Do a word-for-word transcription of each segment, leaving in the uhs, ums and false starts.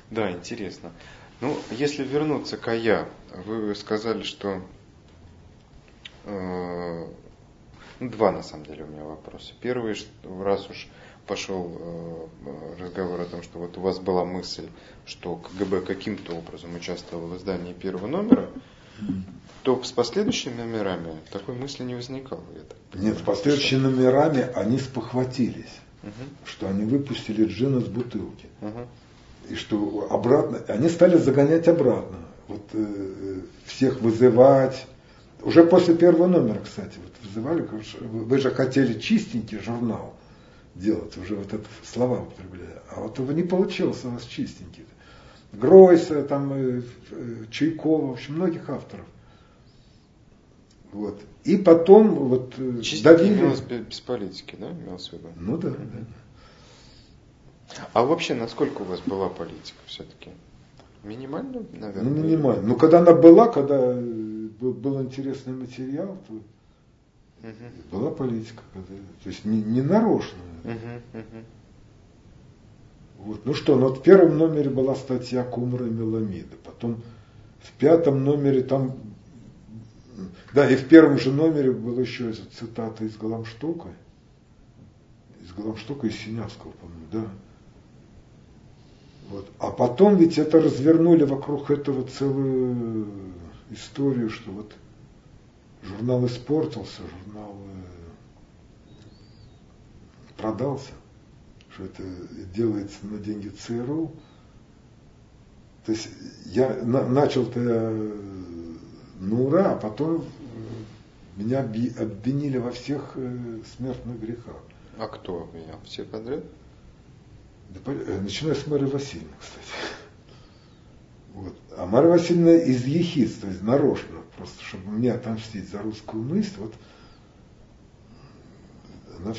Да, интересно. Ну, если вернуться к Ая, вы сказали, что э, ну, два на самом деле у меня вопроса. Первый, что раз уж пошел э, разговор о том, что вот у вас была мысль, что КГБ каким-то образом участвовал в издании первого номера, то с последующими номерами такой мысли не возникало. Нет, с последующими номерами они спохватились, угу. что они выпустили джина с бутылки. Угу. И что обратно, они стали загонять обратно. Вот э, всех вызывать. Уже после первого номера, кстати, вот вызывали, вы же хотели чистенький журнал делать, уже вот это слова употребляя. А вот его не получилось у вас чистенький. Гройса, там, э, Чайкова, в общем, многих авторов. Вот. И потом вот чистенький имелось без политики, да, имелось в виду? Ну да, mm-hmm. да. А вообще, насколько у вас была политика все-таки? Минимально, наверное? Ну, минимально. Но когда она была, когда был, был интересный материал, то угу. была политика. Когда, то есть не, не нарочно. Угу, угу. Вот. Ну что, ну вот в первом номере была статья Кумра и Меламида. Потом в пятом номере там... Да, и в первом же номере была еще цитата из Галамштока. Из Галамштока, из Синявского, по-моему, да. Вот. А потом ведь это развернули вокруг этого целую историю, что вот журнал испортился, журнал продался, что это делается на деньги ЦРУ. То есть я на, начал-то на ура, а потом меня обвинили во всех смертных грехах. А кто обвинял? Все подряд? Начиная с Марьи Васильевны, кстати. Вот. А Марья Васильевна из ехидства, из нарочно, просто чтобы мне отомстить за русскую мысль, вот она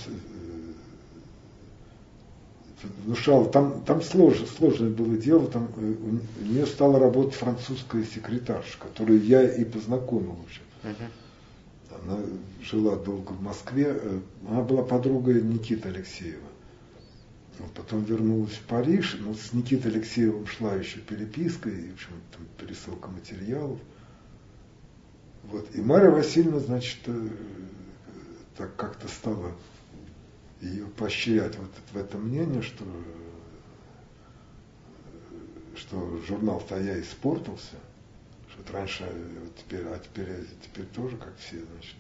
внушала, там, там сложно, сложное было дело, там у нее стала работать французская секретарша, которую я и познакомил вообще. Uh-huh. Она жила долго в Москве, она была подругой Никиты Алексеева. Вот потом вернулась в Париж, но с Никитой Алексеевым шла еще переписка, и, в общем, там пересылка материалов. Вот. И Марья Васильевна, значит, так как-то стала ее поощрять вот в это мнение, что, что журнал-то я испортился, что это раньше, вот теперь, а теперь, теперь тоже как все, значит.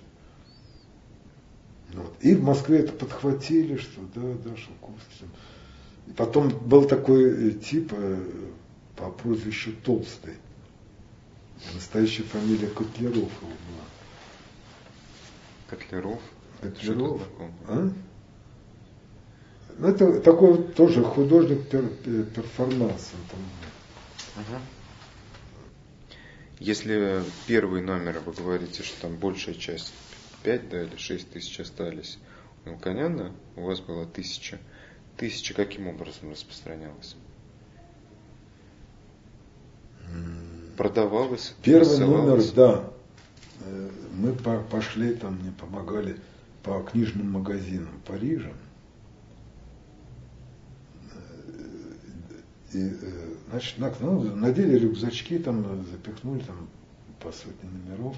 Вот. И в Москве это подхватили, что да, да, Шелковский. И потом был такой тип по прозвищу Толстый. Настоящая фамилия Котляров его была. Котляров? Котляров. А? Ну, это такой вот тоже художник пер, перформанс. Ага. Если первый номер, вы говорите, что там большая часть пять, да, или шесть тысяч остались у Мелконяна, у вас было тысяча. Тысяча каким образом распространялась? Продавалась? Первый номер, да. Мы пошли, там мне помогали по книжным магазинам Парижа. И, значит, ну, надели рюкзачки, там запихнули там по сотне номеров.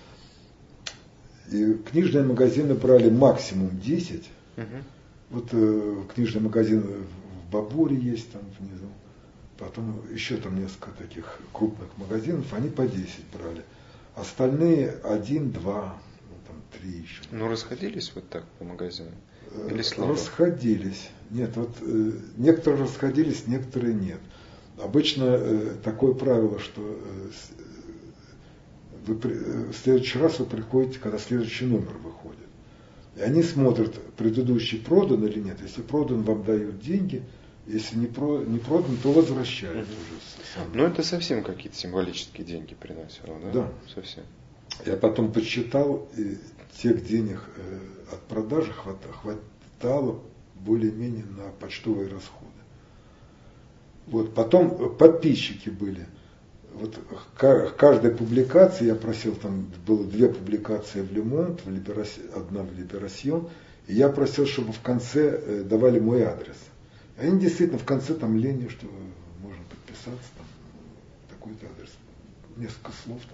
И книжные магазины брали максимум десять. Uh-huh. Вот э, книжный магазин в Бабуре есть там внизу. Потом еще там несколько таких крупных магазинов, они по десять брали. Остальные один, два, ну, там три еще. Ну, расходились вот так по магазинам? Или слабо? Расходились. Нет, вот э, некоторые расходились, некоторые нет. Обычно э, такое правило, что э, вы, э, в следующий раз вы приходите, когда следующий номер выходит. И они смотрят, предыдущий продан или нет. Если продан, вам дают деньги. Если не, про, не продан, то возвращают угу. уже. Ну, это совсем какие-то символические деньги приносило, да? Да. Совсем. Я потом подсчитал, и тех денег э, от продажи хватало, хватало более-менее на почтовые расходы. Вот. Потом подписчики были. Вот к каждой публикации я просил, там было две публикации в Лемонт, одна в Либерасьон, и я просил, чтобы в конце давали мой адрес. Они действительно в конце там лени, что можно подписаться, там, такой-то адрес. Несколько слов там,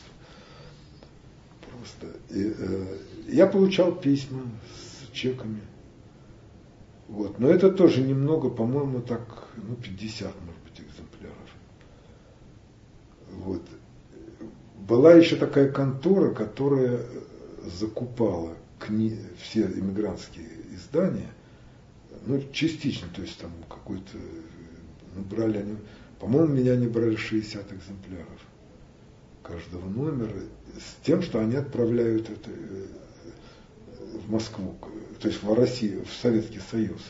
быстро. Просто. И, э, я получал письма с чеками. Вот. Но это тоже немного, по-моему, так, ну, пятьдесят, может быть, экземпляров. Вот. Была еще такая контора, которая закупала кни... все иммигрантские издания, ну, частично, то есть там какой-то, ну, брали они, по-моему, меня они брали шестьдесят экземпляров каждого номера, с тем, что они отправляют это в Москву, то есть в Россию, в Советский Союз.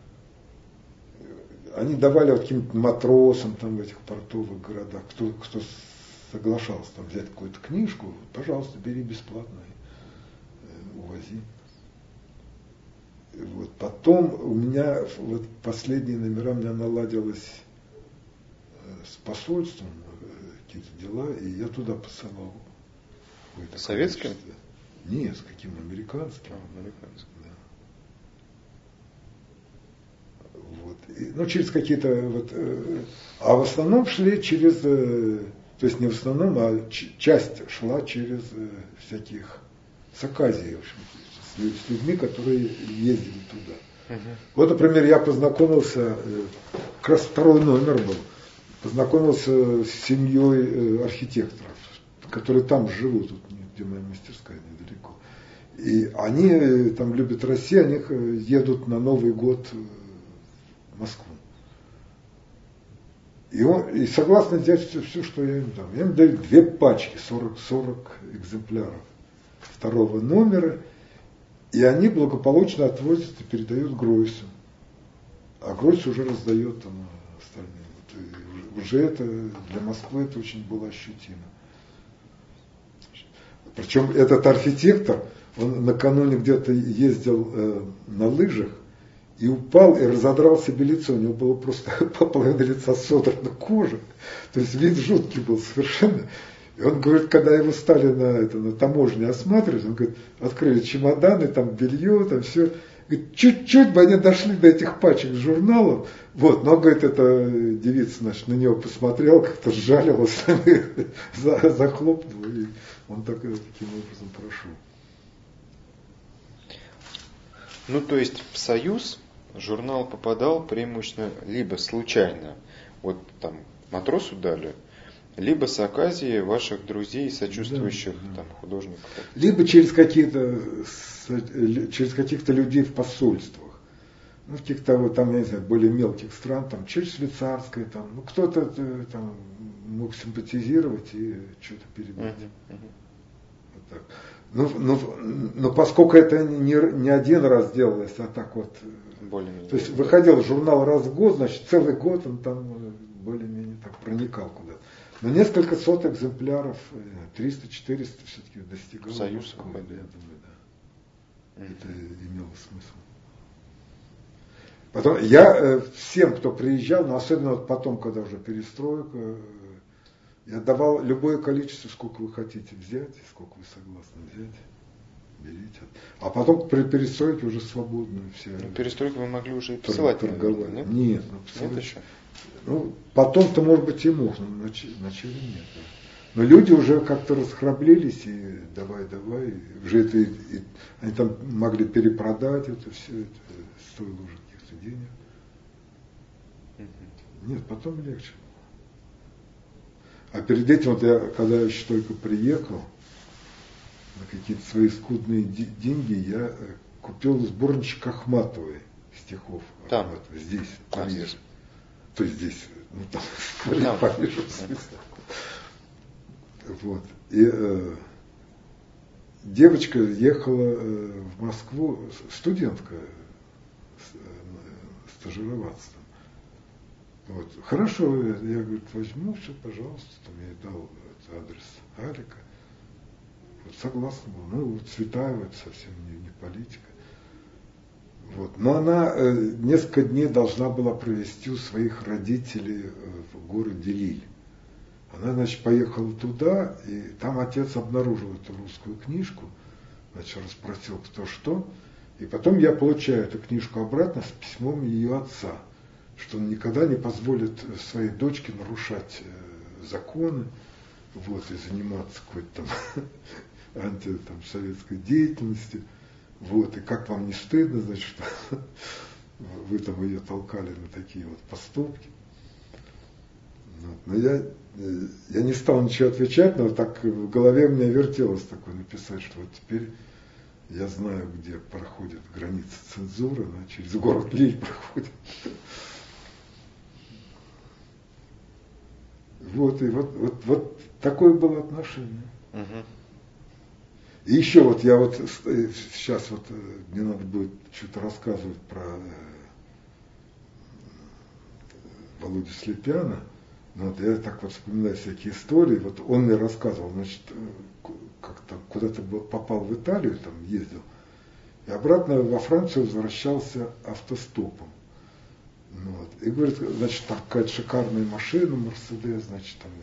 Они давали вот каким-то матросам там в этих портовых городах, кто, кто соглашался там взять какую-то книжку, пожалуйста, бери бесплатно, увози. Вот. Потом у меня вот последние номера у меня наладилось с посольством, какие-то дела, и я туда посылал. Советским? Нет, с каким американским. А, американским. Да. Вот. И, ну, через какие-то вот, э, а в основном шли через, э, то есть не в основном, а ч- часть шла через э, всяких с Аказией, в общем, с, с людьми, которые ездили туда. Uh-huh. Вот, например, я познакомился, э, как раз второй номер был, познакомился с семьей э, архитекторов, которые там живут, тут, где моя мастерская, недалеко. И они э, там любят Россию, они э, едут на Новый год в Москву. И, он, и согласно взять все, все, что я им дам. Я им даю две пачки, сорок, сорок экземпляров второго номера, и они благополучно отвозят и передают Гройсу. А Гройс уже раздает там остальные. Вот, уже это для Москвы это очень было ощутимо. Причем этот архитектор, он накануне где-то ездил э, на лыжах и упал и разодрал себе лицо. У него было просто половина лица содрана кожа. То есть вид жуткий был совершенно. И он говорит, когда его стали на, это, на таможне осматривать, он говорит, открыли чемоданы, там белье, там все. Говорит, чуть-чуть бы они дошли до этих пачек журналов. Вот, но, говорит, эта девица, значит, на него посмотрела, как-то сжалилась, захлопнула, и он так, таким образом прошел. Ну, то есть в Союз журнал попадал преимущественно либо случайно, вот там матросу дали, либо с оказии ваших друзей, сочувствующих да, да. там художников. Либо через какие-то через каких-то людей в посольствах. Ну, в каких-то вот там, я не знаю, более мелких стран, там, через швейцарское, там, ну, кто-то там мог симпатизировать и что-то передать. Uh-huh, uh-huh. Вот так. Ну, ну, но поскольку это не, не один раз делалось, а так вот, более-менее. То есть выходил журнал раз в год, значит, целый год он там более-менее так проникал куда-то. Но несколько сот экземпляров, триста-четыреста все-таки достигало. Союз, я думаю, да. Mm-hmm. Это имело смысл. Потом я э, всем, кто приезжал, но особенно вот потом, когда уже перестройка, э, я давал любое количество, сколько вы хотите взять, сколько вы согласны взять, берите. А потом при перестройке уже свободно все. Ну, перестройку вы могли уже и посылать, торговать. Нет, нет, ну, посылать. Нет еще? Ну, потом-то, может быть, и можно, вначале нет. Но люди уже как-то расхрабрились, и давай, давай, уже это, и, и, они там могли перепродать это все, это стоило уже каких-то денег. Mm-hmm. Нет, потом легче. А перед этим, вот я, когда я еще только приехал, на какие-то свои скудные д- деньги, я купил сборничек Ахматовой стихов. Там. Ахматовой, здесь, в а, Париже. здесь. То есть здесь, ну там, в Париже, в смысле. Вот. И э, девочка ехала э, в Москву, студентка, э, стажироваться. Вот. Хорошо, я, я говорю, возьму все, пожалуйста, там я ей дал адрес Алика. Вот, согласна была. Ну, вот Цветаева, это совсем не, не политика. Вот. Но она э, несколько дней должна была провести у своих родителей э, в городе Лиль. Она, значит, поехала туда, и там отец обнаружил эту русскую книжку, значит, расспросил, кто что. И потом я получаю эту книжку обратно с письмом ее отца. что он никогда не позволит своей дочке нарушать законы, вот, и заниматься какой-то там антисоветской деятельностью. Вот, и как вам не стыдно, значит, что вы там ее толкали на такие вот поступки. Вот. Но я, я не стал ничего отвечать, но так в голове у меня вертелось такое написать, что вот теперь я знаю, где проходит граница цензуры, она через город Лиль проходит. Вот, и вот, вот, вот такое было отношение. Uh-huh. И еще вот я вот сейчас вот мне надо будет что-то рассказывать про Володю Слепяна. Вот я так вот вспоминаю всякие истории. Вот он мне рассказывал, значит, как-то куда-то попал в Италию, там ездил, и обратно во Францию возвращался автостопом. Вот. И говорит, значит, там какая-то шикарная машина, Мерседес, значит, там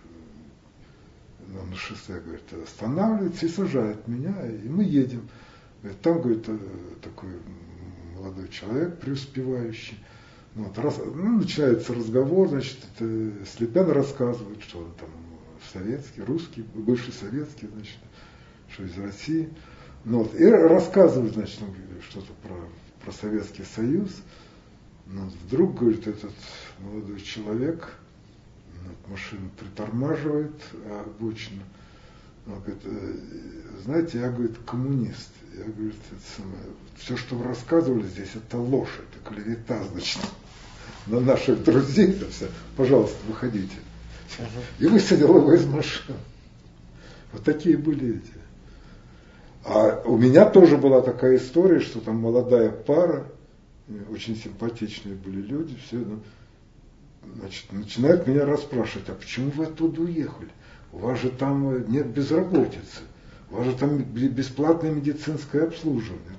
на шоссе, говорит, останавливается и сажает меня, и мы едем. Говорит, там, говорит, такой молодой человек, преуспевающий. Вот, раз, ну, начинается разговор, значит, это Слепян рассказывает, что он там советский, русский, бывший советский, значит, что из России. Ну, вот, и рассказывает, значит, что-то про, про Советский Союз. Ну, вот, вдруг, говорит, этот молодой человек, вот, машину притормаживает, а обочину. Он говорит, знаете, я, говорит, коммунист. Я, говорит, это самое, все, что вы рассказывали здесь, это ложь, это клевета, значит, на наших друзей, это все. Пожалуйста, выходите. Uh-huh. И высадил его из машины. Вот такие были эти. А у меня тоже была такая история, что там молодая пара, очень симпатичные были люди, все, ну, значит, начинают меня расспрашивать, а почему вы оттуда уехали? У вас же там нет безработицы, у вас же там бесплатное медицинское обслуживание.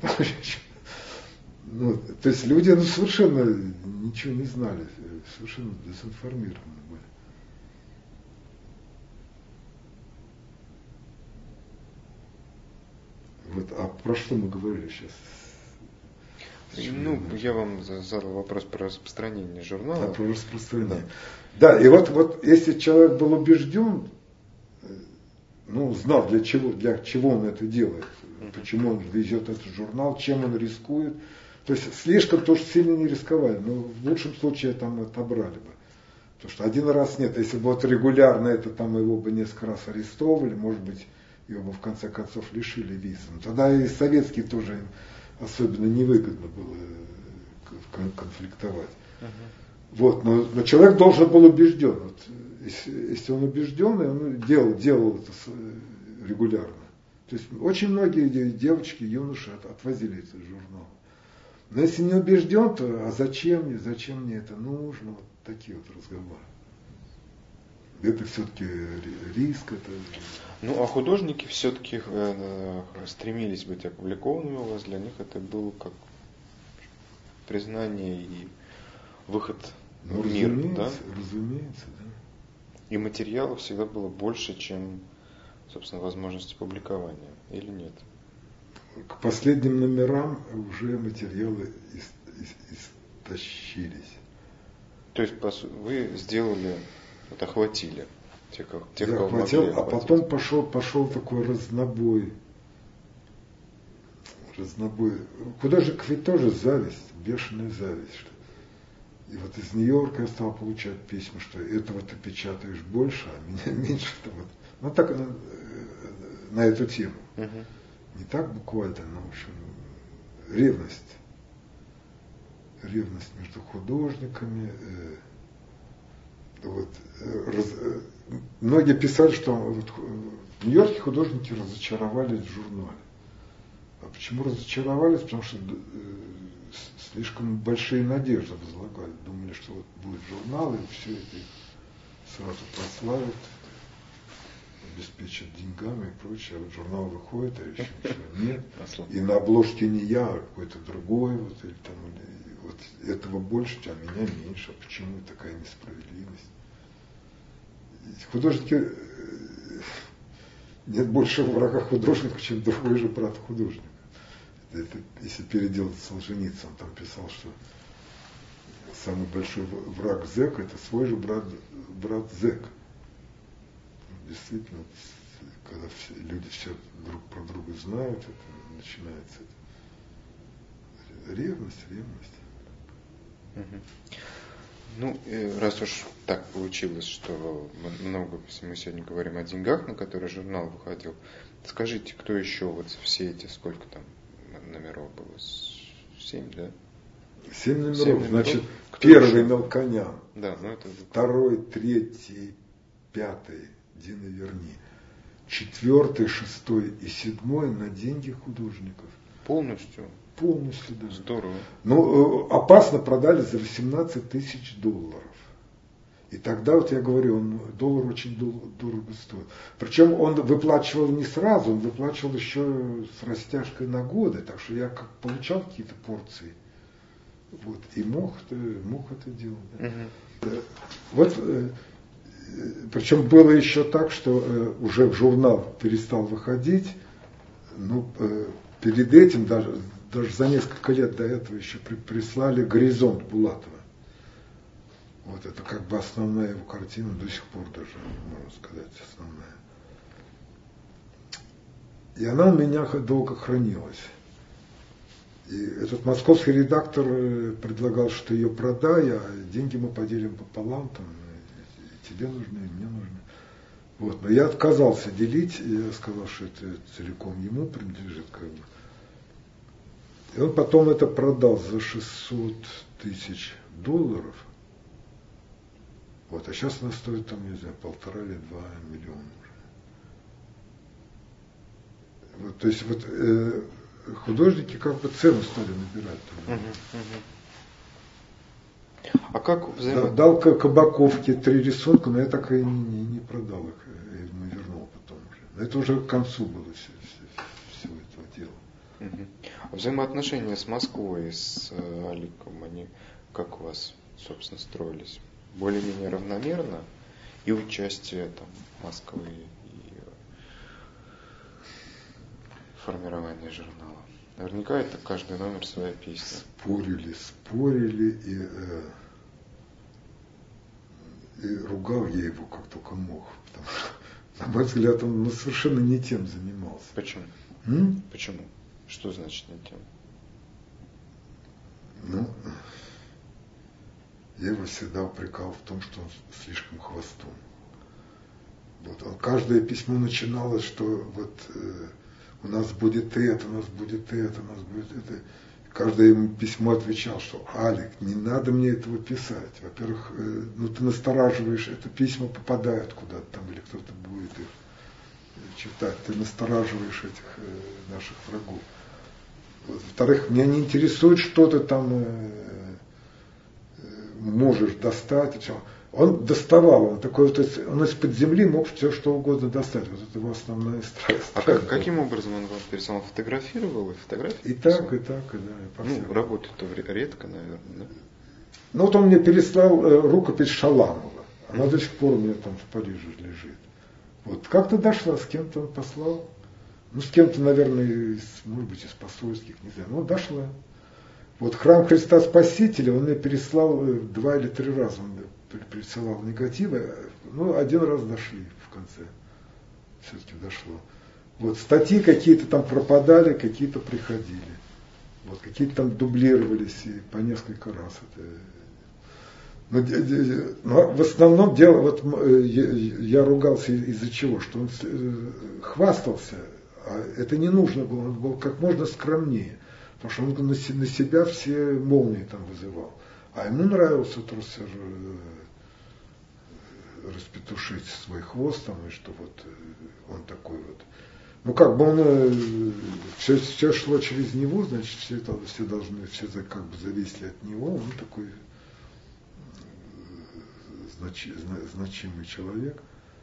Ну, то есть люди ну, совершенно ничего не знали, совершенно дезинформированы были. Вот, а про что мы говорили сейчас? Ну, я вам задал вопрос про распространение журнала. Да, про распространение. Да, да и вот, вот если человек был убежден, ну, знал для чего, для чего он это делает, mm-hmm. почему он везет этот журнал, чем он рискует. То есть слишком тоже сильно не рисковали, но в лучшем случае там отобрали бы. Потому что один раз нет, если бы вот регулярно это там его бы несколько раз арестовывали, может быть, его бы в конце концов лишили визы. Но тогда и советские тоже им особенно невыгодно было конфликтовать. Uh-huh. Вот, но, но человек должен был убежден. Вот, если, если он убежденный, он делал, делал это регулярно. То есть очень многие девочки, юноши отвозили этот журнал. Но если не убежден, то а зачем мне, зачем мне это нужно? Вот такие вот разговоры. Это все-таки риск. Это... Ну, а художники все-таки э, стремились быть опубликованными у вас. Для них это было как признание и выход ну, в мир. Разумеется, да? разумеется, да. И материалов всегда было больше, чем, собственно, возможности публикования. Или нет? К последним номерам уже материалы истощились. То есть вы сделали, вот охватили тех, тех Я кого охватил, могли а охватить. потом пошел, пошел такой разнобой. Разнобой. Художников ведь тоже зависть, бешеная зависть. Что... И вот из Нью-Йорка я стал получать письма, что этого ты печатаешь больше, а меня меньше. Вот. Ну так на, на эту тему. Uh-huh. Не так буквально, но в общем ревность. Ревность между художниками. Э, вот, э, раз, э, многие писали, что вот, в Нью-Йорке художники разочаровались в журнале. А почему разочаровались? Потому что э, слишком большие надежды возлагали. Думали, что вот будет журнал, и все это сразу прославят, обеспечат деньгами и прочее. А вот журнал выходит, а еще ничего нет. И на обложке не я, а какой-то другой. Вот, или там, или, вот этого больше, а меня меньше. А почему такая несправедливость? Художники... Нет больше врага художника, чем другой же брат художника. Это, если переделать Солженицын, он там писал, что самый большой враг зэка — это свой же брат, брат зэк. Действительно, когда все, люди все друг про друга знают, это начинается это, ревность, ревность. Угу. Ну, раз уж так получилось, что мы много, если мы сегодня говорим о деньгах, на которые журнал выходил, скажите, кто еще вот все эти, сколько там номеров было? Семь, да? Семь номеров. Семь номеров. Значит, Кто первый еще? Мелконян, да, ну это... второй, третий, пятый Дина Верни, четвертый, шестой и седьмой на деньги художников. Полностью? Полностью, да. Здорово. Ну, опасно продали за восемнадцать тысяч долларов. И тогда, вот я говорю, он, доллар очень дол- дорого стоил. Причем он выплачивал не сразу, он выплачивал еще с растяжкой на годы. Так что я как получал какие-то порции. Вот, и мог, мог это делать. Да. Угу. Да. Вот, э, причем было еще так, что э, уже в журнал перестал выходить. Ну, э, перед этим даже... Даже за несколько лет до этого еще при, прислали «Горизонт» Булатова. Вот это как бы основная его картина, до сих пор даже, можно сказать, основная. И она у меня долго хранилась. И этот московский редактор предлагал, что ее продай, а деньги мы поделим пополам, там, и тебе нужны, и мне нужны. Вот. Но я отказался делить, и я сказал, что это целиком ему принадлежит, как бы. И он потом это продал за шестьсот тысяч долларов. Вот, а сейчас она стоит там, не знаю, полтора или два миллиона уже. Вот, то есть вот э, художники как бы цену стали набирать. Угу, угу. А как взаимо... Дал Кабаковке три рисунка, но я так и не, не, не продал их, я ему вернул потом уже. Но это уже к концу было все, все, всего этого дела. Угу. А взаимоотношения с Москвой, с э, Аликом, они как у вас, собственно, строились? Более-менее равномерно? И участие там Москвы, и формирование журнала? Наверняка это каждый номер своя песня. Спорили, спорили, и, э, и ругал я его как только мог. Потому что, на мой взгляд, он ну, совершенно не тем занимался. Почему? М? Почему? Что значит не тем? Ну, я его всегда упрекал в том, что он слишком хвостун. Вот, он, каждое письмо начиналось, что вот э, у нас будет это, у нас будет это, у нас будет это. Каждое ему письмо отвечал, что Алик, не надо мне этого писать. Во-первых, э, ну ты настораживаешь, это письма попадают куда-то там, или кто-то будет их читать. Ты настораживаешь этих э, наших врагов. Во-вторых, меня не интересует, что ты там э, э, можешь достать. Он доставал, он такой вот, он из-под земли мог все что угодно достать. Вот это его основная страсть. А как, каким образом он вам пересылал? Фотографировал и фотографии? И так, и так, и да. И ну, работает-то редко, наверное, да? Ну вот он мне переслал э, рукопись Шаламова. Она mm-hmm. до сих пор у меня там в Париже лежит. Вот как-то дошла, с кем-то он послал. Ну, с кем-то, наверное, из, может быть, из посольских, не знаю. Но дошла. Вот Храм Христа Спасителя он мне переслал два или три раза. Он мне присылал негативы. Ну, один раз дошли в конце. Все-таки дошло. Вот статьи какие-то там пропадали, какие-то приходили. Вот какие-то там дублировались и по несколько раз. Это... Но, но в основном дело, вот я, я ругался из-за чего? Что он хвастался. А это не нужно было, он был как можно скромнее, потому что он на себя все молнии там вызывал. А ему нравилось вот распетушить свой хвост, там, и что вот он такой вот. Ну как бы он, все, все шло через него, значит, все, это, все должны, все как бы зависели от него, он такой знач, значимый человек.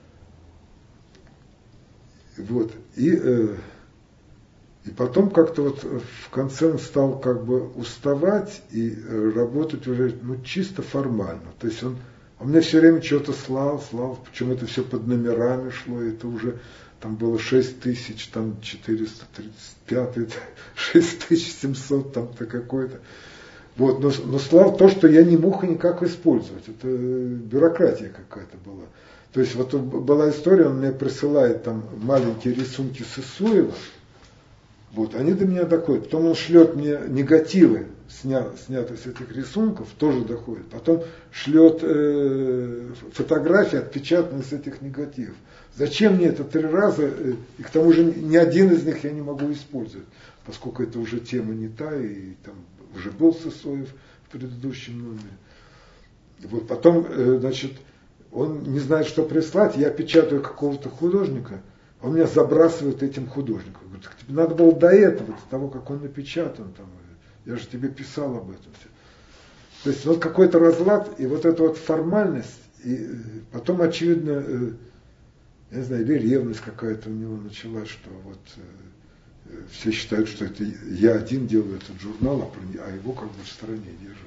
Вот. И, э, и потом как-то вот в конце он стал как бы уставать и э, работать уже ну, чисто формально. То есть он, он мне все время что-то слал, слал, причем это все под номерами шло, это уже там было шесть тысяч, там четыреста тридцать пять, шесть тысяч семьсот, там-то какой-то. Вот, но, но слава то, что я не мог и никак использовать. Это бюрократия какая-то была. То есть вот была история, он мне присылает там маленькие рисунки Сысоева. Вот, они до меня доходят. Потом он шлет мне негативы, сня, снятые с этих рисунков, тоже доходят. Потом шлет э, фотографии, отпечатанные с этих негативов. Зачем мне это три раза? И к тому же ни один из них я не могу использовать, поскольку это уже тема не та, и там уже был Сысоев в предыдущем номере. Вот, потом, э, значит, он не знает, что прислать, я печатаю какого-то художника, он меня забрасывает этим художником. Говорит, тебе надо было до этого, до того, как он напечатан, там, я же тебе писал об этом. То есть вот какой-то разлад, и вот эта вот формальность, и потом, очевидно, я не знаю, или ревность какая-то у него началась, что вот все считают, что это я один делаю этот журнал, а его как бы в стороне держат.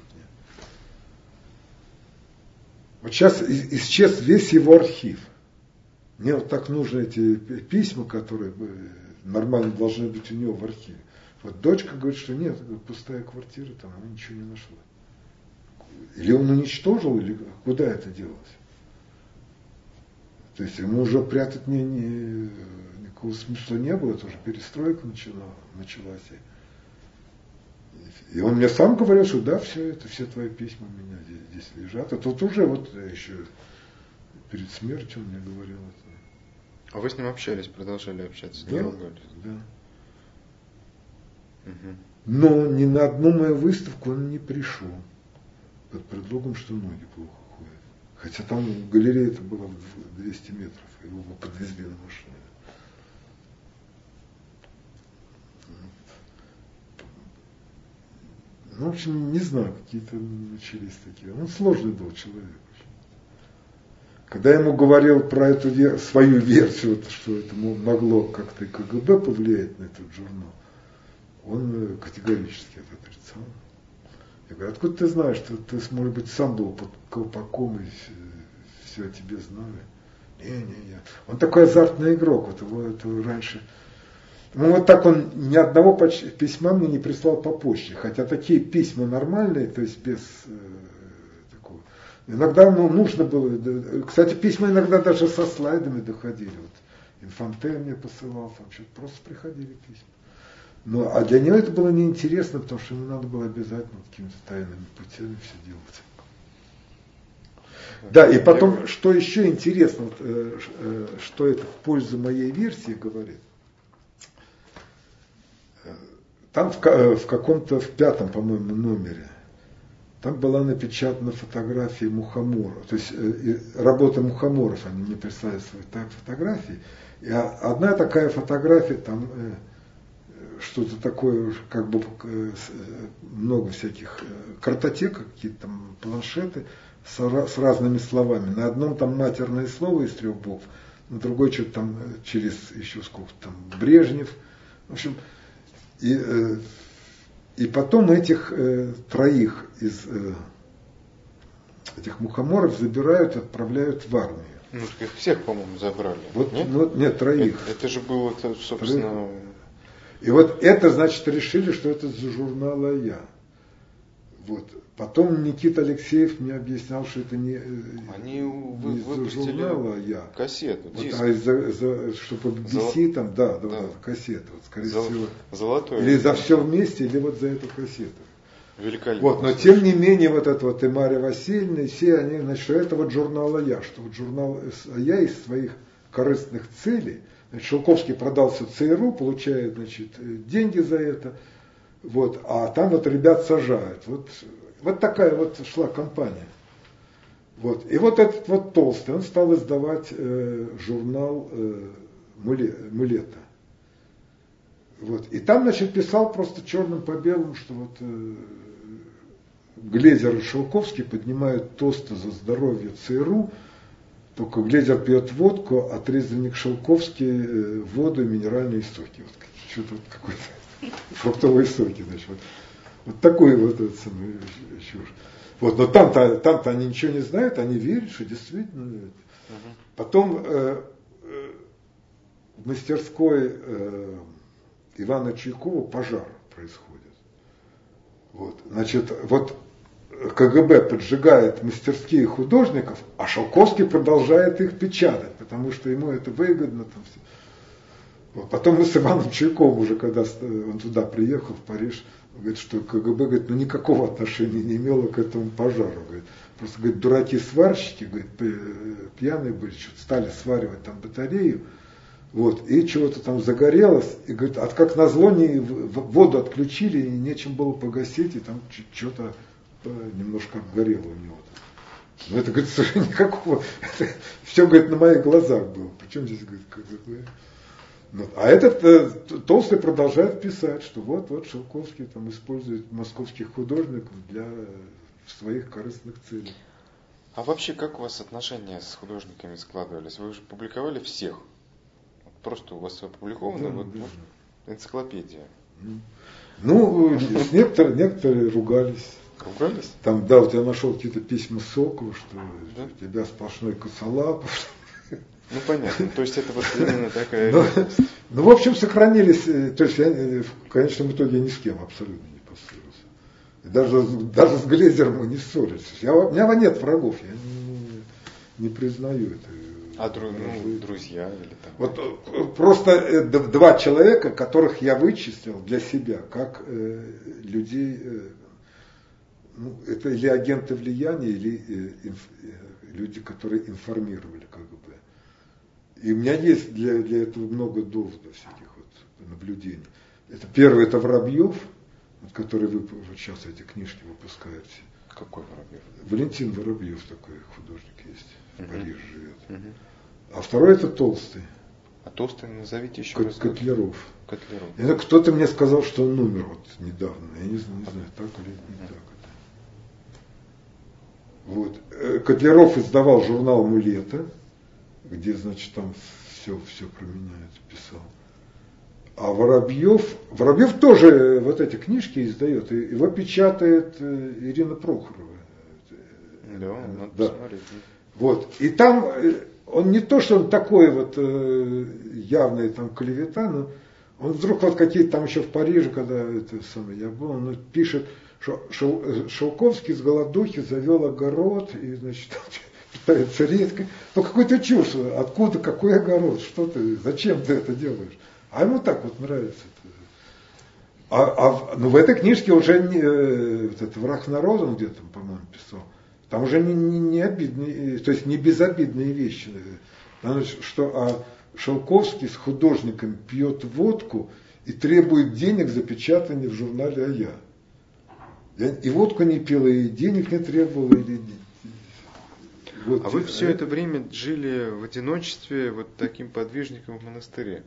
Вот сейчас исчез весь его архив. Мне вот так нужны эти письма, которые нормально должны быть у него в архиве. Вот дочка говорит, что нет, пустая квартира, там она ничего не нашла. Или он уничтожил, или куда это делалось? То есть ему уже прятать не, не, никакого смысла не было, это уже перестройка начала, началась. И он мне сам говорил, что да, все это, все твои письма у меня здесь, здесь лежат. А тут уже вот еще перед смертью он мне говорил это. А вы с ним общались, продолжали общаться? Да, не да. Угу. Но ни на одну мою выставку он не пришел. Под предлогом, что ноги плохо ходят. Хотя там галерея это была в двести метров. Его подвезли на машине. Ну, в общем, не знаю, какие-то начались такие. Он сложный был человек. Когда я ему говорил про эту вер... свою версию, что это могло как-то и КГБ повлиять на этот журнал, он категорически это отрицал. Я говорю, откуда ты знаешь, что ты, может быть, сам был под колпаком и все о тебе знали? Не-не-не. Он такой азартный игрок, вот его это раньше... Ну вот так он ни одного письма мне не прислал по почте, хотя такие письма нормальные, то есть без э, такого. Иногда ну, нужно было, да, кстати, письма иногда даже со слайдами доходили. Вот Инфанте мне посылал, там что-то просто приходили письма. Но, а для него это было неинтересно, потому что ему надо было обязательно какими-то тайными путями все делать. Да, и потом, что еще интересно, вот, э, э, что это в пользу моей версии говорит. Там в, в каком-то, в пятом, по-моему, номере, там была напечатана фотография Мухомора. То есть э, работа Мухоморов, они мне прислали свои так, фотографии. И одна такая фотография, там э, что-то такое, как бы э, много всяких э, картотек, какие-то там планшеты с, с разными словами. На одном там матерное слово из трех букв, на другой что-то там через еще сколько там Брежнев. В общем, И, э, и потом этих э, троих из э, этих мухоморов забирают, отправляют в армию. Ну, их всех, по-моему, забрали. Вот, нет? Ну, нет, троих. Это, это же было, собственно... Троих. И вот это, значит, решили, что это из журнала «Я». Вот. Потом Никита Алексеев мне объяснял, что это не, Они не из журнала «Я». Кассету, вот, диск. А из-за, за, чтобы би би си Золо... там, да, да, да. да, кассета, вот, скорее Зол... всего. Золотой. Или за все вместе, или вот за эту кассету. Великолепно. Вот, но тем не менее, вот это вот и Марья Васильевна, и все они, значит, что это вот журнал «Я», что вот журнал «Я» из своих корыстных целей, значит, Шелковский продался ЦРУ, получает, значит, деньги за это, вот, а там вот ребят сажают. Вот, вот такая вот шла кампания. Вот. И вот этот вот Толстый, он стал издавать э, журнал э, Мулета. Вот. И там, значит, писал просто черным по белому, что вот э, Глезер и Шелковский поднимают тосты за здоровье ЦРУ, только Глезер пьет водку, а трезвенник Шелковский э, воду и минеральные соки. Вот, что-то вот какой-то фруктовые соки, значит. Вот, вот такой вот этот самый чушь. Вот, но там-то, там-то они ничего не знают, они верят, что действительно. Uh-huh. Потом э, э, в мастерской э, Ивана Чуйкова пожар происходит. Вот, значит, вот КГБ поджигает мастерские художников, а Шелковский продолжает их печатать, потому что ему это выгодно. Там все. Вот. Потом мы с Иваном Чайковым уже, когда он туда приехал, в Париж, говорит, что КГБ говорит, ну, никакого отношения не имело к этому пожару. Говорит. Просто, говорит, дураки-сварщики, говорит, пьяные были, что-то стали сваривать там батарею, вот, и чего-то там загорелось, и, говорит, от как назло не, воду отключили, и нечем было погасить, и там что-то немножко обгорело у него. Но это, говорит, совершенно никакого, это, все, говорит, на моих глазах было. Причем здесь, говорит, КГБ. Вот. А этот э, Толстой продолжает писать, что вот, вот Шелковский там использует московских художников для своих корыстных целей. А вообще, как у вас отношения с художниками складывались? Вы уже публиковали всех? Просто у вас опубликована, да, вот, да. Вот, энциклопедия. Ну, некоторые, некоторые ругались. Ругались? Там, да, вот я нашел какие-то письма Сокола, что да? У тебя сплошной косолапов. Ну, понятно. То есть это вот именно такая... Ну, ну, в общем, сохранились. То есть я в конечном итоге ни с кем абсолютно не поссорился. Даже, даже с Глейзером мы не ссорились. Я, у меня нет врагов, я не, не признаю это. А дру, ну, друзья или там? Вот просто два человека, которых я вычислил для себя, как э, людей, э, ну, это или агенты влияния, или э, инф, э, люди, которые информировали КГБ. И у меня есть для, для этого много доводов, всяких вот наблюдений. Это первый, это Воробьев, который вы вот сейчас эти книжки выпускаете. Какой Воробьев? Валентин Воробьев такой художник есть, в uh-huh. Париже живет. Uh-huh. А второй это Толстый. А Толстый назовите еще Кот, раз. Котляров. Котляров. И кто-то мне сказал, что он умер вот недавно. Я не, не знаю, так или не uh-huh. так это. Вот. Котляров издавал журнал «Мулета», где, значит, там все, все про меня это писал. А Воробьев, Воробьев тоже вот эти книжки издает, и его печатает Ирина Прохорова. Да, надо да. посмотреть. Вот. И там он не то, что он такой вот явный там клевета, но он вдруг вот какие-то там еще в Париже, когда это самое я был, он пишет, что Шелковский с голодухи завел огород, и, значит, питается редко. Ну, какой-то чушь, откуда, какой огород, что ты, зачем ты это делаешь? А ему так вот нравится. А, а ну, в этой книжке уже не, вот это «Враг народа», он где-то, по-моему, писал. Там уже не, не, не обидные, то есть не безобидные вещи. Там, что а Шелковский с художником пьет водку и требует денег за печатание в журнале «А я». Я и водку не пил, и денег не требовал. И, вот, а вы все а это время жили в одиночестве вот таким подвижником в монастыре?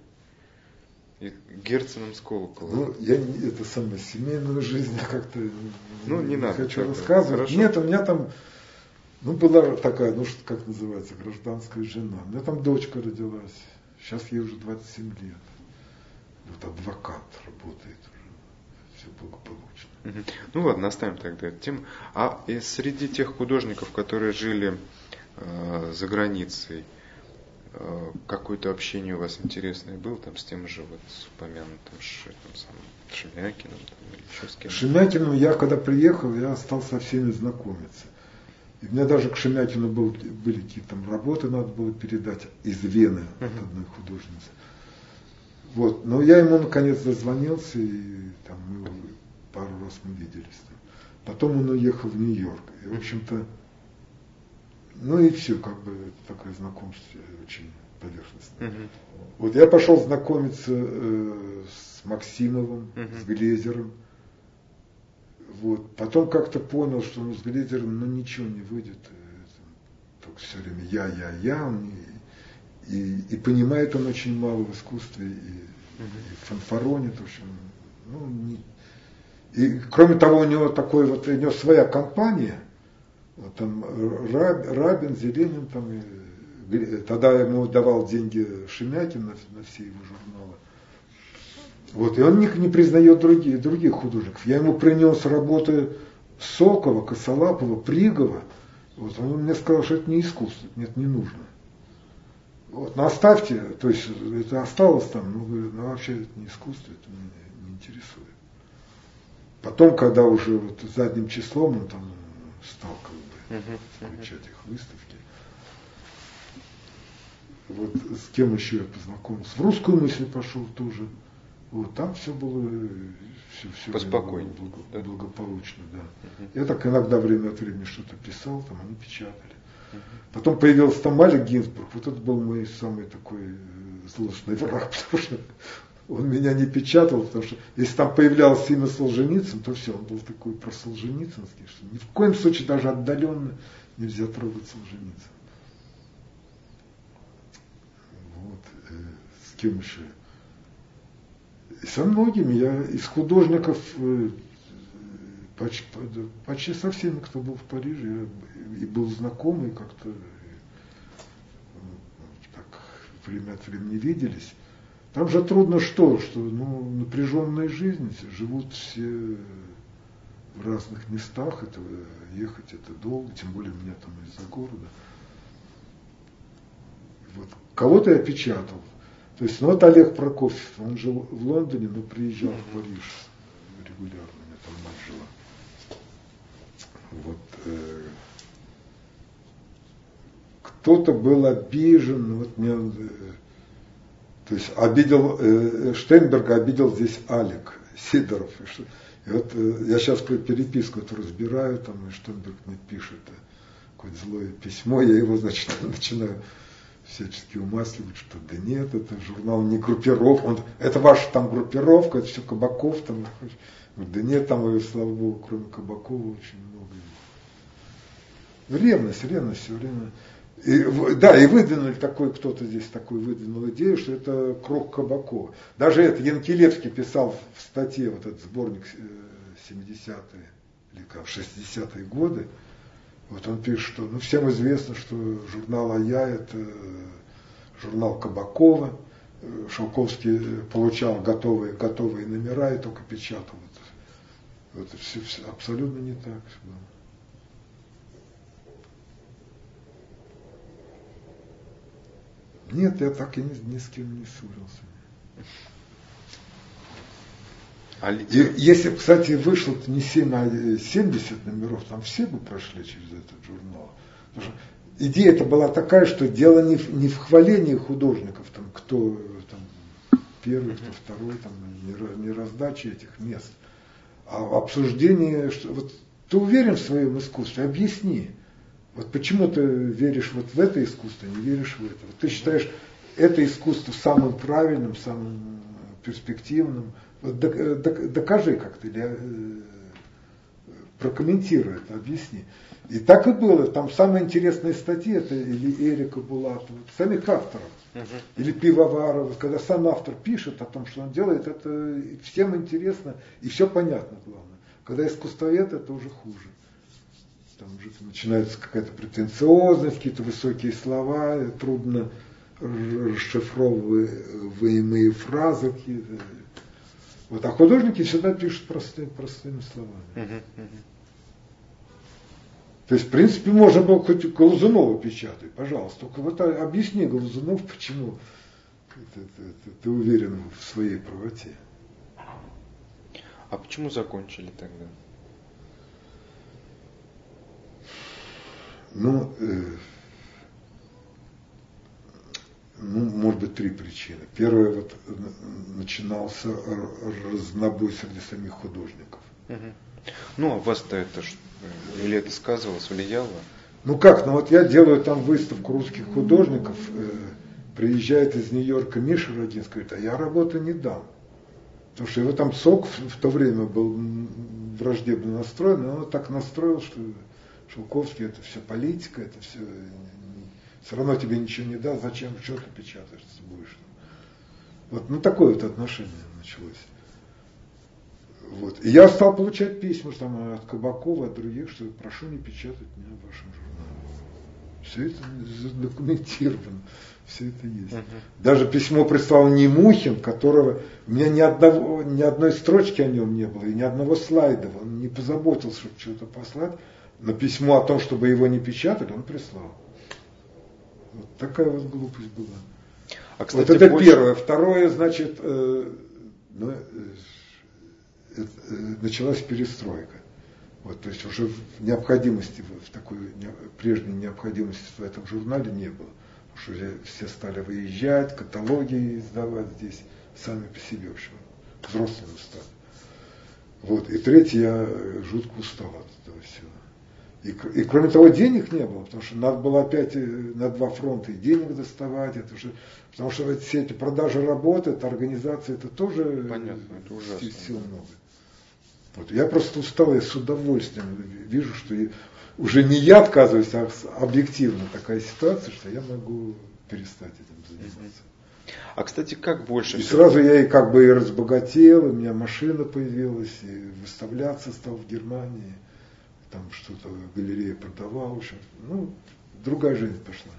И Герценом с колоколом. Ну, я не, это самое, семейную жизнь как-то ну, не, не надо, хочу рассказывать. Хорошо. Нет, у меня там, ну, была такая, ну, что, как называется, гражданская жена. У меня там дочка родилась. Сейчас ей уже двадцать семь лет. Вот адвокат работает уже. Все благополучно. Угу. Ну ладно, оставим тогда эту тему. А из среди тех художников, которые жили э, за границей, какое-то общение у вас интересное было там с тем же вот с упомянутым там, самым Шемякиным там, или еще с кем-то? Шемякиным я когда приехал, я стал со всеми знакомиться. И у меня даже к Шемякину был, были какие-то там работы, надо было передать из Вены uh-huh. от одной художницы. Вот. Но я ему наконец дозвонился, и там мы пару раз мы виделись. Потом он уехал в Нью-Йорк. И, в общем-то, ну и все, как бы такое знакомство очень поверхностное. Uh-huh. Вот я пошел знакомиться э, с Максимовым, uh-huh. с Глейзером. Вот. Потом как-то понял, что ну, с Глейзером ну, ничего не выйдет. Это, только все время я, я, я. Он, и, и, и понимает он очень мало в искусстве, и, uh-huh. и фанфаронит, в общем. Ну, не... И кроме того, у него такой вот, у него своя компания. Вот там Раб, Рабин, Зеленин, там, и, тогда ему давал деньги Шемякин на, на все его журналы. Вот, и он не, не признает другие, других художников. Я ему принес работы Сокова, Косолапова, Пригова. Вот, он мне сказал, что это не искусство, нет, не нужно. Вот, ну оставьте, то есть это осталось там, ну, ну вообще это не искусство, это меня не интересует. Потом, когда уже вот задним числом он там стал как бы uh-huh, включать их выставки. Вот с кем еще я познакомился. В русскую мысль пошел тоже. Вот там все было все, все поспокойнее, было благо, да? благополучно, да. Uh-huh. Я так иногда время от времени что-то писал, там они печатали. Uh-huh. Потом появился там Алек Гинзбург. Вот это был мой самый такой злостный враг, потому что он меня не печатал, потому что если там появлялось имя Солженицын, то все, он был такой просолженицынский, что ни в коем случае даже отдаленно нельзя трогать Солженицына. Вот. Э, с кем еще? И со многими. Я из художников, э, почти, почти со всеми, кто был в Париже, я и был знаком, и как-то э, так время от времени виделись. Там же трудно что, что ну, напряженная жизнь, живут все в разных местах, это, ехать это долго, тем более у меня там из-за города. Вот. Кого-то я печатал. То есть, ну вот Олег Прокофьев, он жил в Лондоне, но приезжал в Париж регулярно, у меня там мать жила. Вот. Э, кто-то был обижен, вот мне... Э, То есть обидел, э, Штейнберга обидел здесь Алек Сидоров. И, что, и вот э, я сейчас какую-то переписку эту разбираю, там, и Штейнберг мне пишет э, какое-то злое письмо, я его, значит, начинаю всячески умасливать, что да нет, это журнал не группировка, он, это ваша там группировка, это все Кабаков там. Да нет, там, и, слава богу, кроме Кабакова очень много. Ревность, ревность все время. И, да, и выдвинули такой, кто-то здесь такой выдвинул идею, что это круг Кабакова. Даже это Янкелевский писал в статье, вот этот сборник семидесятые или как, шестидесятые годы, вот он пишет, что ну, всем известно, что журнал «А-Я» это журнал Кабакова, Шелковский получал готовые, готовые номера и только печатал. Вот, вот все, все абсолютно не так было. Нет, я так и ни, ни с кем не ссорился. А и, если, кстати, вышло не семь, а семьдесят номеров, там все бы прошли через этот журнал. Потому что идея это была такая, что дело не в, не в хвалении художников, там, кто там, первый, кто второй, там, не, не раздаче этих мест, а в обсуждении, что вот ты уверен в своем искусстве, объясни. Вот почему ты веришь вот в это искусство, не веришь в это? Вот ты считаешь это искусство самым правильным, самым перспективным. Вот докажи как-то, или прокомментируй это, объясни. И так и было. Там самые интересные статьи, это или Эрика Булатова, самих авторов, uh-huh. или Пивоварова. Когда сам автор пишет о том, что он делает, это всем интересно и все понятно, главное. Когда искусствовед, это уже хуже. Там уже начинается какая-то претенциозность, какие-то высокие слова, трудно расшифровываемые фразы какие-то. Вот, а художники всегда пишут простыми, простыми словами. Uh-huh, uh-huh. То есть, в принципе, можно было хоть Глазунова печатать, пожалуйста. Только вот объясни, Глазунов, почему ты, ты, ты, ты уверен в своей правоте. А почему закончили тогда? Ну, э, ну, может быть, три причины. Первая, вот начинался разнобой среди самих художников. Угу. Ну, а вас-то это, или это сказывалось, влияло? Ну как, ну вот я делаю там выставку русских художников, э, приезжает из Нью-Йорка Миша Родинский, говорит, а я работу не дам. Потому что его там СОК в, в то время был враждебно настроен, но он так настроил, что Шелковский, это все политика, это все, все равно тебе ничего не даст, зачем, что ты печатаешь, будешь. Вот, ну такое вот отношение началось. Вот. И я стал получать письма что там, от Кабакова, от других, что прошу не печатать меня в вашем журнале. Все это задокументировано, все это есть. Uh-huh. Даже письмо прислал Немухин, которого у меня ни, одного, ни одной строчки о нем не было, и ни одного слайда. Он не позаботился, чтобы что-то послать. Но письмо о том, чтобы его не печатали, он прислал. Вот такая вот глупость была. А, кстати, вот это больше... первое. Второе, значит, э, ну, э, это, э, началась перестройка. Вот, то есть уже необходимости, в такой прежней необходимости в этом журнале не было. Потому что уже все стали выезжать, каталоги издавать здесь, сами по себе, в общем, взрослыми стали. Вот. И третье, я жутко устал от этого всего. И, и кроме того, денег не было, потому что надо было опять на два фронта и денег доставать, это уже, потому что все эти продажи работы, это организация, это тоже понятно, это ужасно. Сил много. Вот. Я просто устал, я с удовольствием вижу, что я, уже не я отказываюсь, а объективно такая ситуация, что я могу перестать этим заниматься. А, кстати, как больше... И сразу я и как бы и разбогател, у меня машина появилась, и выставляться стал в Германии, там что-то в галерее продавал, в общем, ну, другая жизнь пошла.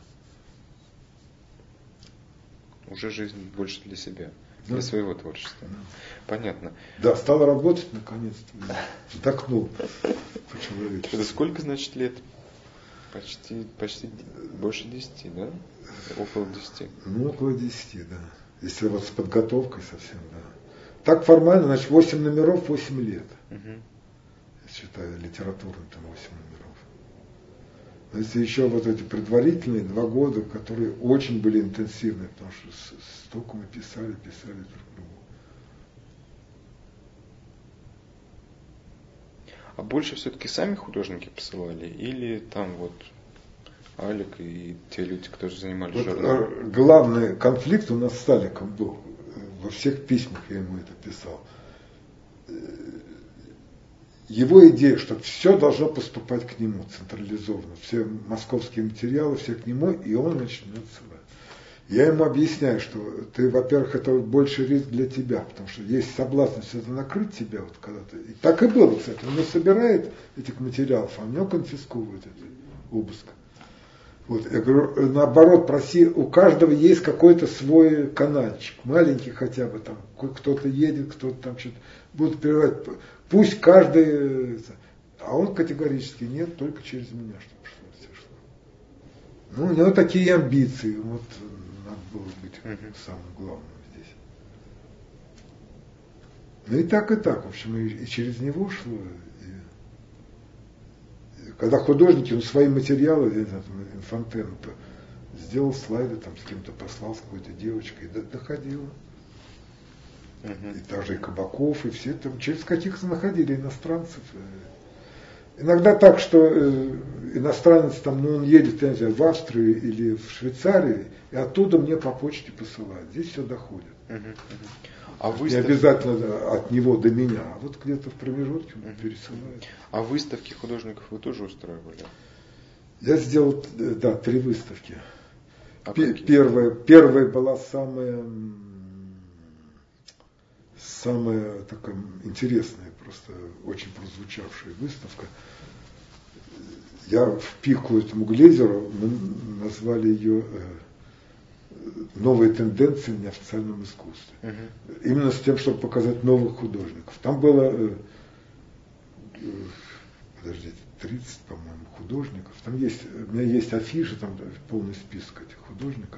Уже жизнь больше для себя. Да. Для своего творчества. Да. Понятно. Да, стал работать наконец-то. Вдохнул по-человечески. Это сколько, значит, лет? Почти, почти больше десяти, да? Около десяти. Ну, около десяти, да. Если вот с подготовкой совсем, да. Так формально, значит, восемь номеров, восемь лет. Угу. Я считаю, литературным там восемь номеров. Но если еще вот эти предварительные два года, которые очень были интенсивные, потому что столько мы писали, писали друг другу. А больше все-таки сами художники посылали? Или там вот Алик и те люди, кто же занимались вот журналом? Главный конфликт у нас с Аликом был. Во всех письмах я ему это писал. Его идея, что все должно поступать к нему централизованно. Все московские материалы, все к нему, и он начнет сюда. Я ему объясняю, что ты, во-первых, это больше риск для тебя, потому что есть соблазн все это накрыть тебя вот когда-то. И так и было, кстати. Он не собирает этих материалов, а у него конфисковывают это, обыск. Вот, я говорю, наоборот, проси, у каждого есть какой-то свой канальчик, маленький хотя бы, там кто-то едет, кто-то там что-то будет передавать. Пусть каждый, а он категорически нет, только через меня, чтобы шло, все шло. Ну, у него такие амбиции, вот надо было быть uh-huh. самым главным здесь. Ну и так, и так, в общем, и, и через него шло. И, и, когда художники, ну, свои материалы, я не знаю, Инфантен сделал слайды, там с кем-то послал, с какой-то девочкой, и доходило. Uh-huh. И даже и Кабаков, и все там через каких-то находили иностранцев. Иногда так, что э, иностранец там, ну он едет, я не знаю, в Австрию или в Швейцарию, и оттуда мне по почте посылают. Здесь все доходит. Uh-huh. Uh-huh. А выставки... Не обязательно от него до меня, а вот где-то в промежутке он uh-huh. пересылает. А выставки художников вы тоже устраивали? Я сделал, да, три выставки. А П- первая, первая была самая... Самая такая интересная, просто очень прозвучавшая выставка. Я в пику этому Глейзеру, мы назвали ее «Новые тенденции в неофициальном искусстве». Uh-huh. Именно с тем, чтобы показать новых художников. Там было, подождите, тридцать, по-моему, художников. Там есть, у меня есть афиши, там полный список этих художников.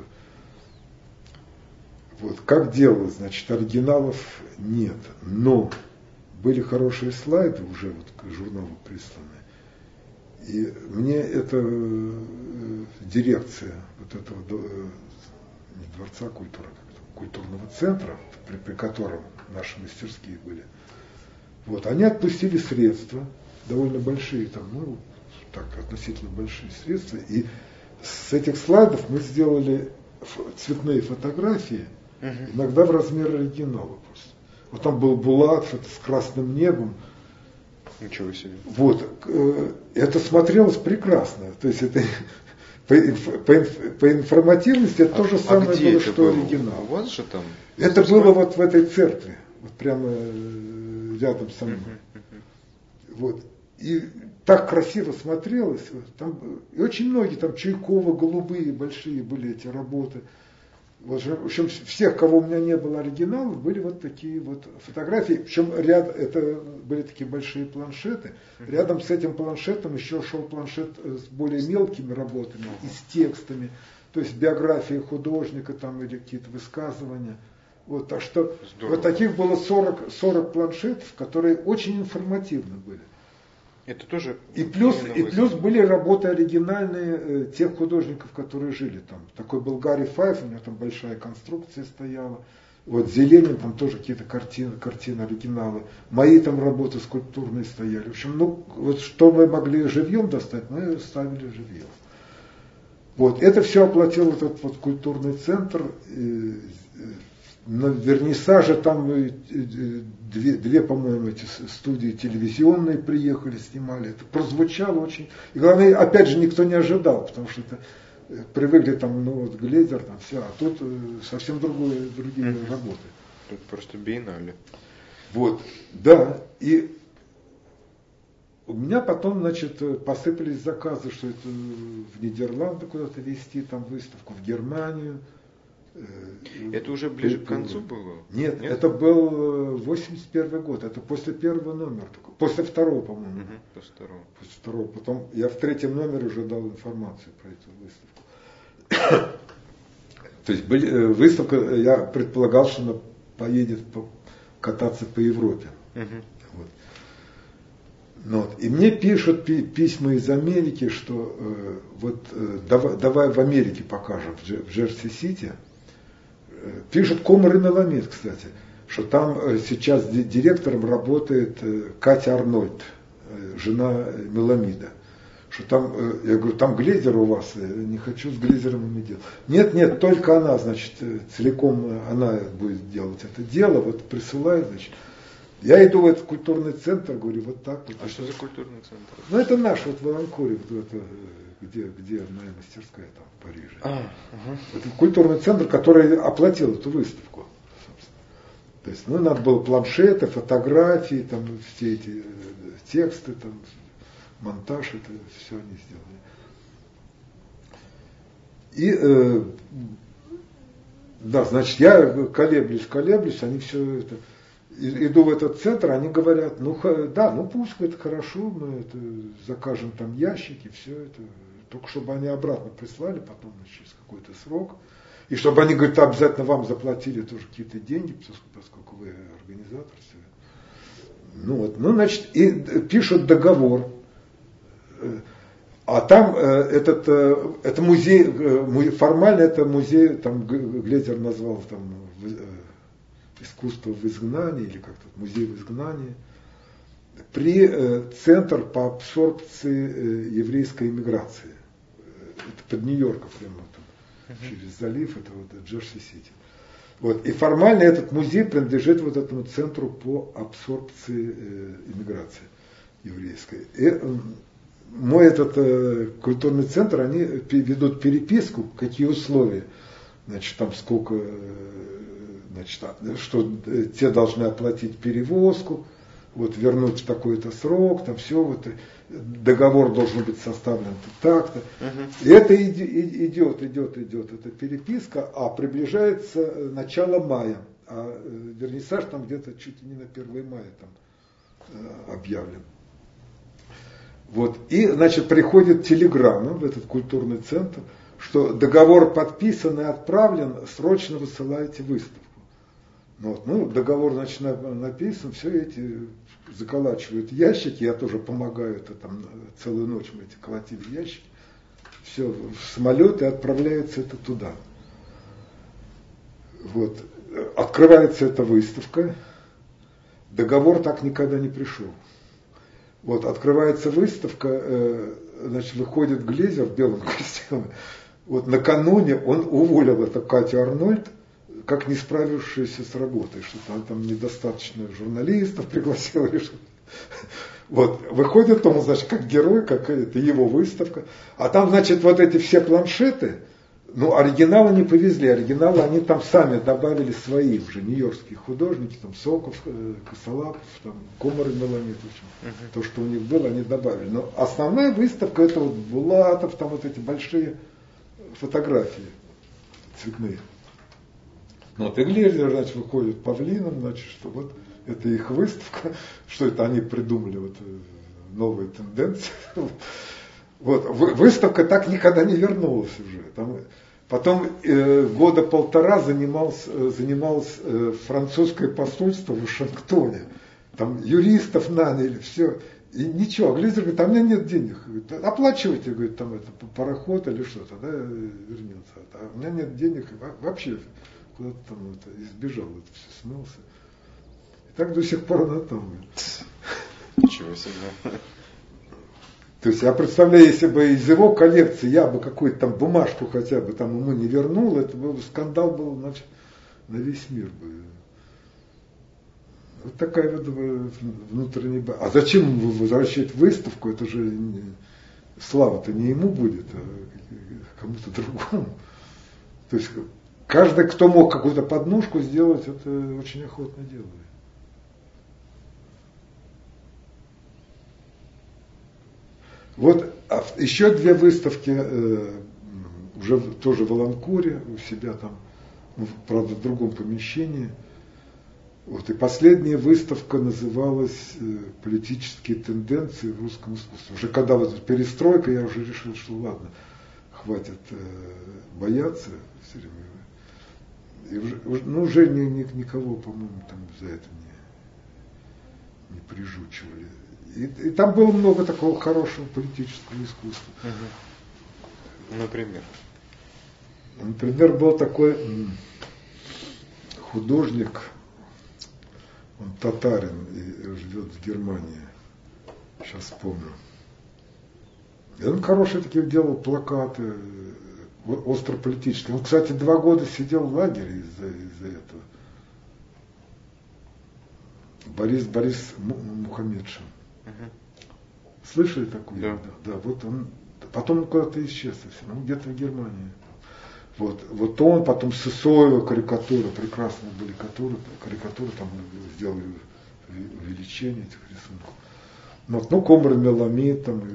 Вот, как делалось, значит, оригиналов нет, но были хорошие слайды уже вот к журналу присланы. И мне эта э, дирекция вот этого э, не дворца культуры, а культурного центра, при, при котором наши мастерские были, вот, они отпустили средства, довольно большие, там, ну, так, относительно большие средства, и с этих слайдов мы сделали цветные фотографии, uh-huh. иногда в размер оригинала просто. Вот там был Булат с красным небом. Ничего себе. Вот. Это смотрелось прекрасно. То есть это по, по, по информативности это а, то же самое а где было, это что было? оригинал. У вас же там? Это было вот в этой церкви. Вот прямо рядом со мной. Uh-huh, uh-huh. Вот. И так красиво смотрелось. Там, и очень многие, там Чайкова, голубые, большие были эти работы. Вот, в общем, всех, кого у меня не было оригиналов, были вот такие вот фотографии. Причем ряд, это были такие большие планшеты. Рядом с этим планшетом еще шел планшет с более мелкими работами и с текстами. То есть биографии художника там, или какие-то высказывания. Вот, так что Здорово. вот таких было сорок, сорок планшетов, которые очень информативны были. Это тоже и плюс, и плюс были работы оригинальные э, тех художников, которые жили там. Такой был Гарри Файф, у него там большая конструкция стояла. Вот Зеленин, там тоже какие-то картины, картины оригиналы. Мои там работы скульптурные стояли. В общем, ну, вот что мы могли живьем достать, мы ставили живьем. Вот, это все оплатил этот вот культурный центр. На вернисаже там две, две, по-моему, эти студии телевизионные приехали, снимали. Это прозвучало очень. И главное, опять же, никто не ожидал, потому что это привыкли там, ну вот Глейзер, там все, а тут совсем другое, другие mm-hmm. работы. Тут просто биеннале. Вот, да. И у меня потом, значит, посыпались заказы, что это в Нидерланды куда-то везти, там выставку, в Германию. Это уже ближе к концу было? Нет, Нет? это был восемьдесят первый год, это после первого номера, после второго, по-моему. Угу, после второго. После второго. Потом я в третьем номере уже дал информацию про эту выставку. То есть были, выставка, я предполагал, что она поедет по, кататься по Европе. Угу. Вот. Ну, вот. И мне пишут пи- письма из Америки, что э, вот э, давай, давай в Америке покажем, в, Дж- в Джерси-Сити. Пишет Комар и Меламид, кстати, что там сейчас директором работает Катя Арнольд, жена Меламида. Что там, я говорю, там Глейзер у вас, я не хочу с Глейзером иметь дело. Нет, нет, только она, значит, целиком она будет делать это дело, вот присылает, значит. Я иду в этот культурный центр, говорю, вот так вот. А что за культурный центр? Ну, это наш, вот в Аланкоре, вот это, где, где моя мастерская там в Париже. А, ага. Это культурный центр, который оплатил эту выставку. Собственно. То есть, ну, надо было планшеты, фотографии, там, все эти тексты, там, монтаж, это все они сделали. И, э, да, значит, я колеблюсь, колеблюсь, они все это... Иду в этот центр, они говорят, ну да, ну пусть это хорошо, мы это закажем там ящики, все это, только чтобы они обратно прислали потом через какой-то срок, и чтобы они, говорят, обязательно вам заплатили тоже какие-то деньги, поскольку вы организатор, все. Ну вот, ну значит, и пишут договор, а там этот, это музей, формально это музей, там Глейзер назвал там искусство в изгнании, или как-то музей в изгнании, при э, Центр по абсорбции э, еврейской иммиграции. Это под Нью-Йорком прямо там, uh-huh. через залив, это вот Джерси-Сити. Вот. И формально этот музей принадлежит вот этому Центру по абсорбции э, иммиграции еврейской. И э, мой этот э, культурный центр, они ведут переписку, какие условия, значит, там сколько... Э, Значит, что те должны оплатить перевозку, вот, вернуть в такой-то срок, там все, вот, договор должен быть составлен так-то. Uh-huh. И это идет, идет, идет, эта переписка, а приближается начало мая, а вернисаж там где-то чуть ли не на первое мая там объявлен. Вот, и, значит, приходит телеграмма в этот культурный центр, что договор подписан и отправлен, срочно высылаете выставку. Вот, ну, договор, значит, написан, все эти заколачивают ящики, я тоже помогаю, это там целую ночь мы эти колотили ящики, все в самолет и отправляется это туда. Вот, открывается эта выставка, договор так никогда не пришел. Вот, открывается выставка, значит, выходит Глейзер в белом костюме, вот накануне он уволил эту Катю Арнольд, как не справившаяся с работой, что там, там недостаточно журналистов пригласил. Вот, выходит он, значит, как герой, как это его выставка. А там, значит, вот эти все планшеты, ну, оригиналы не повезли, оригиналы они там сами добавили свои уже, нью-йоркские художники, там Соков, Косолапов, там Комар и Меламид, в общем, uh-huh. то, что у них было, они добавили. Но основная выставка, это вот Булатов, там вот эти большие фотографии цветные. Ну, вот и Глейзер, значит, выходит павлином, значит, что вот это их выставка, что это они придумали вот новые тенденции. Вот, выставка так никогда не вернулась уже. Там, Потом э, года полтора занимался, занималось э, французское посольство в Вашингтоне. Там юристов наняли, все. И ничего, а Глизер говорит, а у меня нет денег. Говорит, оплачивайте, говорит, там это пароход или что-то, да, вернется. А у меня нет денег, вообще куда-то там это, избежал, это все смылся. И так до сих пор она там. Ничего себе. То есть я представляю, если бы из его коллекции я бы какую-то там бумажку хотя бы там ему не вернул, это бы скандал был, значит, на весь мир бы. Вот такая вот внутренняя... А зачем возвращать выставку? Это же не... слава-то не ему будет, а кому-то другому. То есть каждый, кто мог какую-то подножку сделать, это очень охотно делает. Вот а еще две выставки, э, уже тоже в Аланкоре, у себя там, ну, правда, в другом помещении. Вот, и последняя выставка называлась э, «Политические тенденции в русском искусстве». Уже когда вот перестройка, я уже решил, что ладно, хватит э, бояться все время. И уже, уже, ну, уже ни, ни, никого, по-моему, там за это не, не прижучивали. И, и там было много такого хорошего политического искусства. Угу. Например? Например, был такой художник, он татарин и живет в Германии. Сейчас вспомню. И он хорошие такие делал плакаты, острополитические. Он, кстати, два года сидел в лагере из-за, из-за этого. Борис Борис Мухаммедшин. Угу. Слышали такую? Да. да. Да, вот он. Потом он куда-то исчез совсем, он где-то в Германии. Вот, вот он, потом Сысоева карикатура, прекрасные были карикатуры, карикатуры там сделали увеличение этих рисунков. Вот, ну, Комар Меламид, там,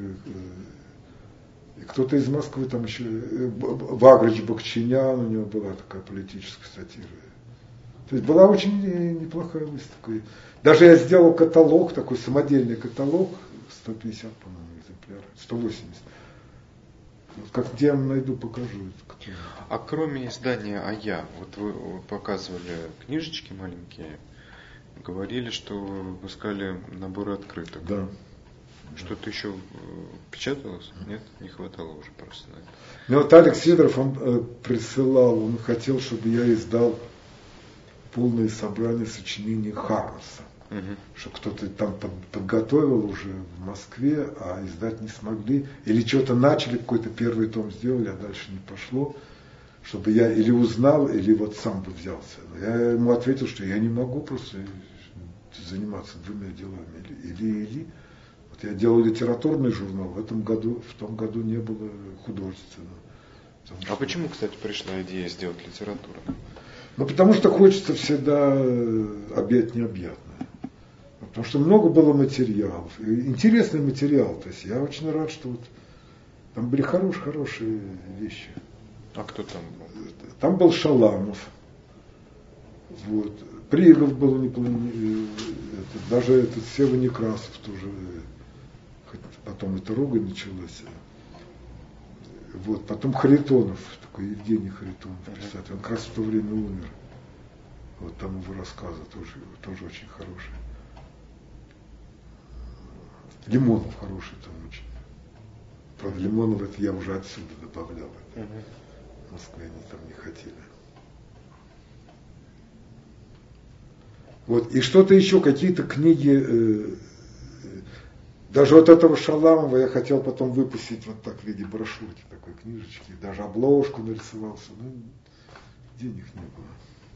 и, и кто-то из Москвы, там еще, Вагрич Бакчинян, у него была такая политическая сатира. То есть была очень неплохая выставка. Даже я сделал каталог, такой самодельный каталог, сто пятьдесят, по-моему, экземпляров, сто восемьдесят. Вот как где я найду, покажу. А кроме издания «А-Я», вот вы показывали книжечки маленькие, говорили, что вы выпускали наборы открыток. Да. Что-то да. еще печаталось? Нет? Не хватало уже просто на это. Ну вот Алекс Сидоров, он э, присылал, он хотел, чтобы я издал полное собрание сочинений Хармса. Угу. Что кто-то там под, подготовил уже в Москве, а издать не смогли. Или что-то начали, какой-то первый том сделали, а дальше не пошло. Чтобы я или узнал, или вот сам бы взялся. Я ему ответил, что я не могу просто заниматься двумя делами. Или, или. Вот я делал литературный журнал, в этом году, в том году не было художественного. А что... почему, кстати, пришла идея сделать литературный? Ну, потому что хочется всегда объять необъятное. Потому что много было материалов. И интересный материал. То есть я очень рад, что вот там были хорошие, хорошие вещи. А кто там был? Там был Шаламов. Вот. Пригов был неплохой. Даже этот Сева Некрасов тоже. Хоть потом эта ругань началась. Вот. Потом Харитонов, такой Евгений Харитонов, писатель. Он как раз в то время умер. Вот там его рассказы тоже, тоже очень хорошие. Лимонов хороший там очень. Правда, Лимонов это я уже отсюда добавлял. Это. Uh-huh. В Москве они там не хотели. Вот. И что-то еще, какие-то книги, э, даже вот этого Шаламова я хотел потом выпустить вот так в виде брошюрки, такой книжечки. Даже обложку нарисовался. Но денег не было.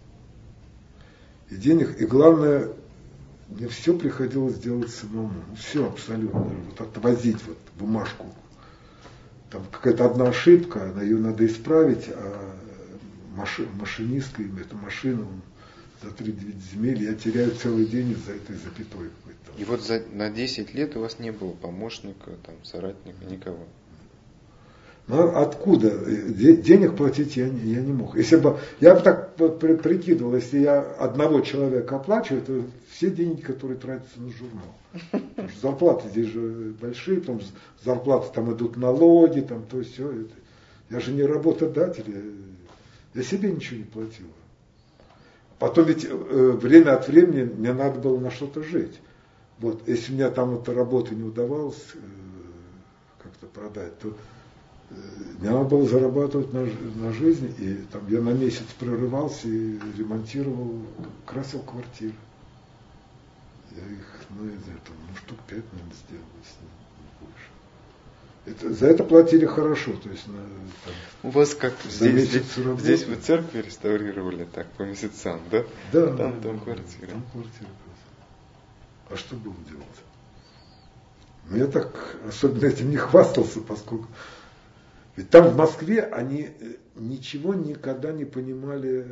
И денег, и главное, мне все приходилось делать самому. Ну, все абсолютно. Вот отвозить вот бумажку. Там какая-то одна ошибка, ее надо исправить, а маши, машинистка, эту машину за три девять земель, я теряю целый день из-за этой запятой какой-то. И вот за, на десять лет у вас не было помощника, там, соратника, никого? Ну, откуда? Денег платить я, я не мог. Если бы, я бы так прикидывал, если я одного человека оплачиваю, то все деньги, которые тратятся на журнал. Потому что зарплаты здесь же большие, там зарплаты там идут налоги, там то все. Это. Я же не работодатель, я, я себе ничего не платил. Потом ведь э, время от времени мне надо было на что-то жить. Вот, если у меня там эта работа не удавалось э, как-то продать, то э, мне надо было зарабатывать на, на жизнь, и там я на месяц прорывался и ремонтировал, красил квартиры. Я их, ну, это, ну штук пять, наверное, сделал, если не больше. Это, за это платили хорошо, то есть на, там, у вас как здесь, здесь, здесь вы церкви реставрировали так по месяцам, да? Да. Там, да, там да, квартира. Там квартира. А что было делать? Ну, я так особенно этим не хвастался, поскольку... Ведь там в Москве они ничего никогда не понимали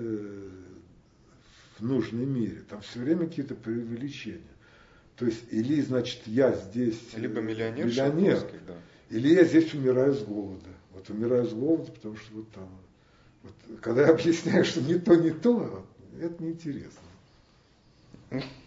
в нужной мере. Там все время какие-то преувеличения. То есть, или, значит, я здесь либо миллионер, миллионер Шатковский, да. или я здесь умираю с голода. Вот умираю с голода, потому что вот там... Вот, когда я объясняю, что не то, не то, это неинтересно.